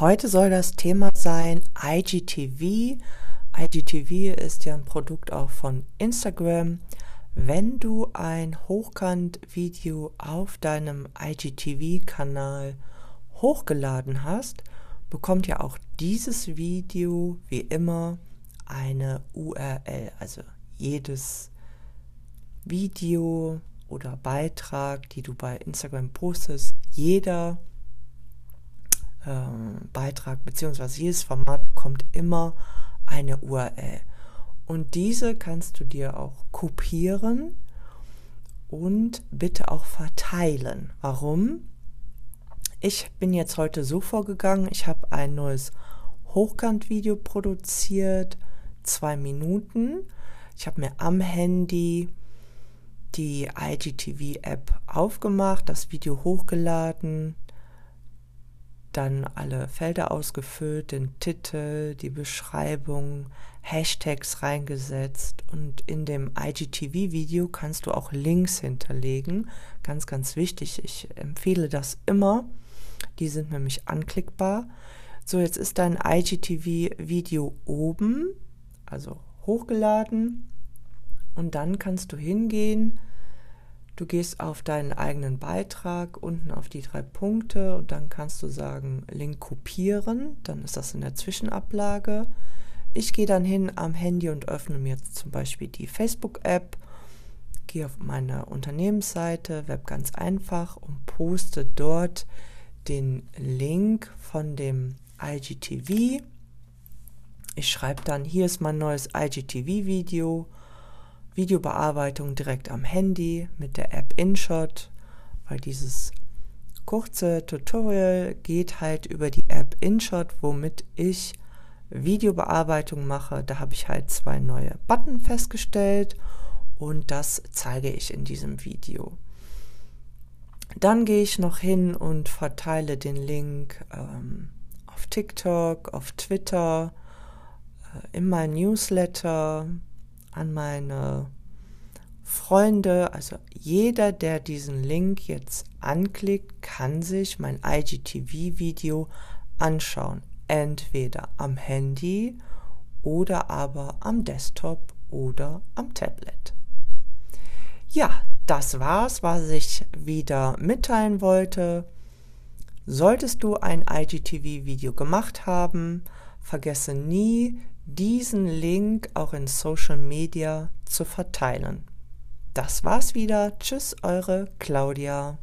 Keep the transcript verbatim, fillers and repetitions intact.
Heute soll das Thema sein I G T V. I G T V ist ja ein Produkt auch von Instagram. Wenn du ein Hochkant-Video auf deinem I G T V-Kanal hochgeladen hast, bekommt ja auch dieses Video wie immer eine U R L. Also jedes Video oder Beitrag, die du bei Instagram postest, jeder ähm, Beitrag bzw. jedes Format bekommt immer eine U R L. Und diese kannst du dir auch kopieren und bitte auch verteilen. Warum? Ich bin jetzt heute so vorgegangen, ich habe ein neues Hochkant-Video produziert, zwei Minuten. Ich habe mir am Handy die I G T V-App aufgemacht, das Video hochgeladen, dann alle Felder ausgefüllt, den Titel, die Beschreibung, Hashtags reingesetzt und in dem I G T V-Video kannst du auch Links hinterlegen. Ganz, ganz wichtig, ich empfehle das immer. Die sind nämlich anklickbar. So, jetzt ist dein I G T V-Video oben, also hochgeladen, und dann kannst du hingehen. Du gehst auf deinen eigenen Beitrag, unten auf die drei Punkte, und dann kannst du sagen, Link kopieren, dann ist das in der Zwischenablage. Ich gehe dann hin am Handy und öffne mir jetzt zum Beispiel die Facebook-App, gehe auf meine Unternehmensseite, Web ganz einfach, und poste dort den Link von dem I G T V. Ich schreibe dann, hier ist mein neues I G T V-Video, Videobearbeitung direkt am Handy mit der App InShot, weil dieses kurze Tutorial geht halt über die App InShot, womit ich Videobearbeitung mache. Da habe ich halt zwei neue Button festgestellt und das zeige ich in diesem Video. Dann gehe ich noch hin und verteile den Link ähm, auf TikTok, auf Twitter, äh, in mein Newsletter, an meine Freunde. Also jeder, der diesen Link jetzt anklickt, kann sich mein I G T V-Video anschauen. Entweder am Handy oder aber am Desktop oder am Tablet. Ja, das war's, was ich wieder mitteilen wollte. Solltest du ein I G T V-Video gemacht haben, vergesse nie, diesen Link auch in Social Media zu verteilen. Das war's wieder. Tschüss, eure Claudia.